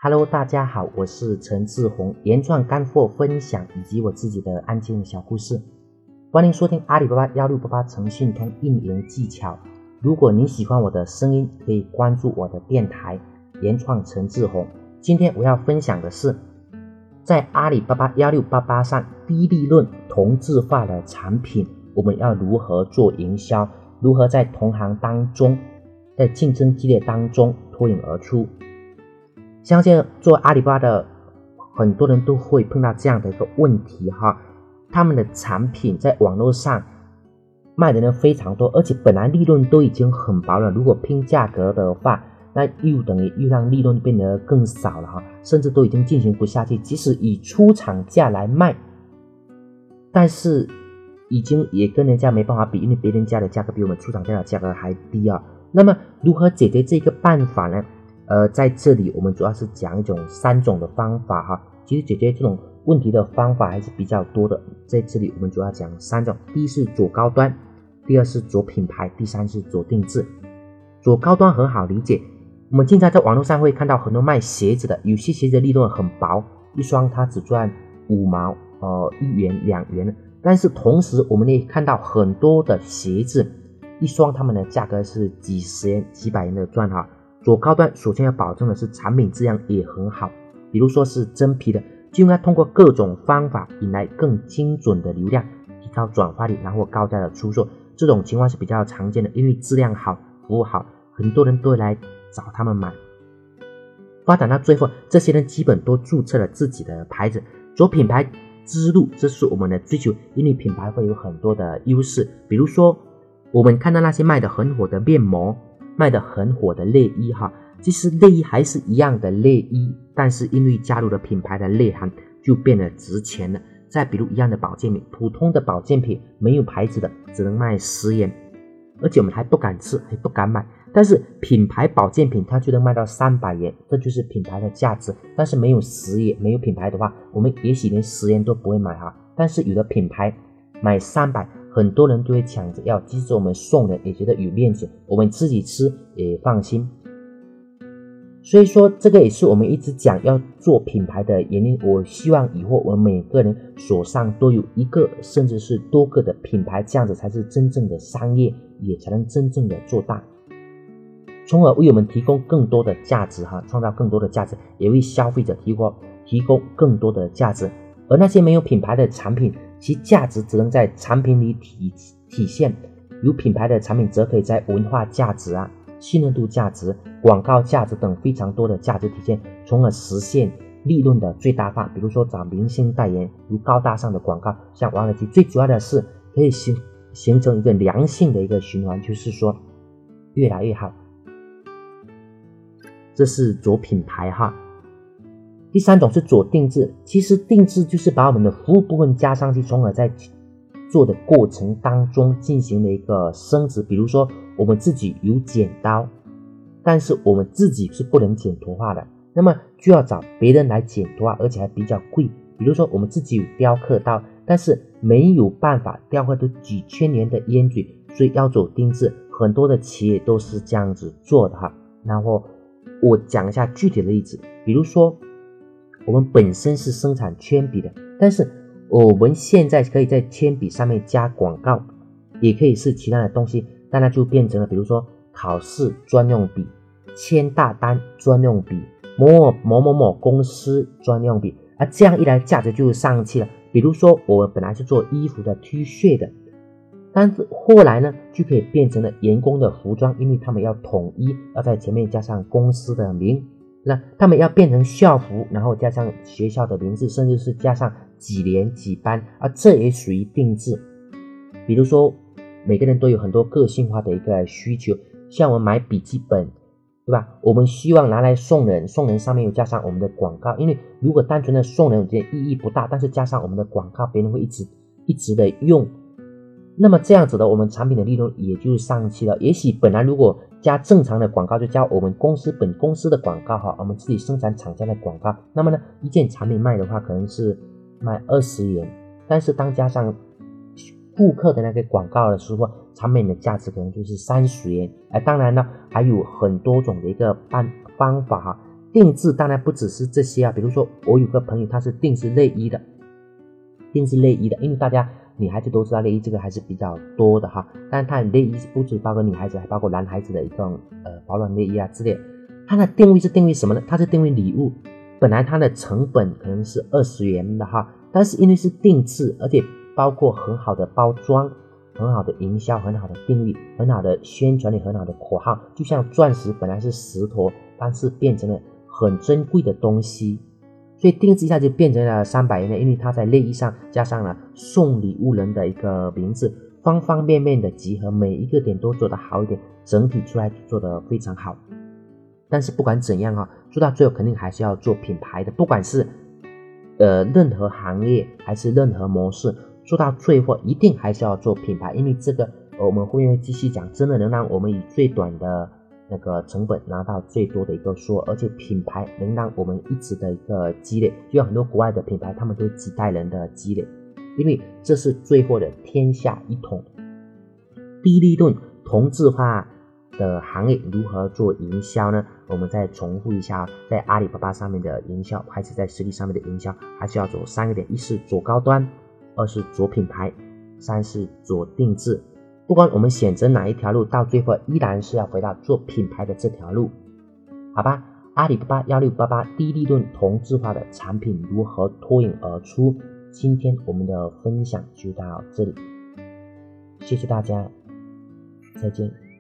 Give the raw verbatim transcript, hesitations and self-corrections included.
Hello， 大家好，我是陈志宏，原创干货分享以及我自己的案件小故事，欢迎收听阿里巴巴一六八八诚信通运营技巧。如果你喜欢我的声音，可以关注我的电台原创陈志宏。今天我要分享的是，在阿里巴巴一六八八上低利润同质化的产品，我们要如何做营销，如何在同行当中，在竞争激烈当中脱颖而出。相信做阿里巴巴的很多人都会碰到这样的一个问题哈，他们的产品在网络上卖的人非常多，而且本来利润都已经很薄了，如果拼价格的话，那又等于又让利润变得更少了哈，甚至都已经进行不下去。即使以出厂价来卖，但是已经也跟人家没办法比，因为别人家的价格比我们出厂价的价格还低啊。那么如何解决这个办法呢？呃，在这里我们主要是讲一种三种的方法哈。其实解决这种问题的方法还是比较多的，在这里我们主要讲三种。第一是做高端，第二是做品牌，第三是做定制。做高端很好理解，我们经常在网络上会看到很多卖鞋子的，有些鞋子的利润很薄，一双它只赚五毛呃一元两元，但是同时我们也看到很多的鞋子一双他们的价格是几十元几百元的赚哈。做高端首先要保证的是产品质量也很好，比如说是真皮的，就应该通过各种方法引来更精准的流量，提高转化率，然后高价的出售。这种情况是比较常见的，因为质量好服务好，很多人都会来找他们买。发展到最后，这些人基本都注册了自己的牌子，做品牌之路，这是我们的追求，因为品牌会有很多的优势。比如说我们看到那些卖的很火的面膜，卖的很火的内衣哈，其实内衣还是一样的内衣，但是因为加入了品牌的内涵，就变得值钱了。再比如一样的保健品，普通的保健品没有牌子的只能卖十元，而且我们还不敢吃，还不敢买。但是品牌保健品它就能卖到三百元，这就是品牌的价值。但是没有十元，没有品牌的话，我们也许连十元都不会买哈。但是有的品牌买三百，很多人就会抢着要，即使我们送人也觉得有面子，我们自己吃也放心。所以说这个也是我们一直讲要做品牌的原因。我希望以后我们每个人手上都有一个甚至是多个的品牌，这样子才是真正的商业，也才能真正的做大，从而为我们提供更多的价值哈，创造更多的价值，也为消费者提供提供更多的价值。而那些没有品牌的产品，其价值只能在产品里体体现，有品牌的产品则可以在文化价值啊、信任度价值、广告价值等非常多的价值体现，从而实现利润的最大化。比如说找明星代言，如高大上的广告，像王者基，最主要的是可以形形成一个良性的一个循环，就是说越来越好。这是做品牌哈。第三种是做定制，其实定制就是把我们的服务部分加上去，从而在做的过程当中进行了一个升值。比如说我们自己有剪刀，但是我们自己是不能剪头发的，那么就要找别人来剪头发，而且还比较贵。比如说我们自己有雕刻刀，但是没有办法雕刻出几千年的烟嘴，所以要做定制。很多的企业都是这样子做的哈。然后我讲一下具体的例子，比如说我们本身是生产铅笔的，但是我们现在可以在铅笔上面加广告，也可以是其他的东西，但它就变成了比如说考试专用笔、签大单专用笔、某某某某公司专用笔啊，这样一来价值就上去了。比如说我们本来是做衣服的 T 恤的，但是后来呢就可以变成了员工的服装，因为他们要统一，要在前面加上公司的名，那他们要变成校服，然后加上学校的名字，甚至是加上几年几班啊，这也属于定制。比如说每个人都有很多个性化的一个需求，像我们买笔记本对吧，我们希望拿来送人，送人上面有加上我们的广告，因为如果单纯的送人我觉得意义不大，但是加上我们的广告，别人会一直一直的用，那么这样子的我们产品的利润也就上去了。也许本来如果加正常的广告，就加我们公司本公司的广告哈，我们自己生产厂家的广告，那么呢一件产品卖的话可能是卖二十元，但是当加上顾客的那个广告的时候，产品的价值可能就是三十元。哎，当然呢还有很多种的一个办方法哈， 定制当然不只是这些啊，比如说我有个朋友他是定制内衣的，定制内衣的，因为大家女孩子都知道内衣这个还是比较多的哈，但是它的内衣不只包括女孩子，还包括男孩子的一种呃保暖内衣啊之类的。它的定位是定位什么呢？它是定位礼物，本来它的成本可能是二十元的哈，但是因为是定制，而且包括很好的包装、很好的营销、很好的定位、很好的宣传力、很好的口号，就像钻石本来是石头，但是变成了很珍贵的东西，所以定制一下就变成了三百元的，因为它在内衣上加上了送礼物人的一个名字，方方面面的集合，每一个点都做得好一点，整体出来做得非常好。但是不管怎样啊，做到最后肯定还是要做品牌的，不管是呃任何行业还是任何模式，做到最后一定还是要做品牌，因为这个我们会继续讲，真的能让我们以最短的那个成本拿到最多的一个收入，而且品牌能让我们一直的一个积累，就像很多国外的品牌他们都几代人的积累，因为这是最后的天下一统。低利润同质化的行业如何做营销呢？我们再重复一下，在阿里巴巴上面的营销还是在实力上面的营销，还是要走三个点：一是做高端，二是做品牌，三是做定制。不管我们选择哪一条路，到最后依然是要回到做品牌的这条路，好吧？阿里巴巴一六八八低利润同质化的产品如何脱颖而出？今天我们的分享就到这里，谢谢大家，再见。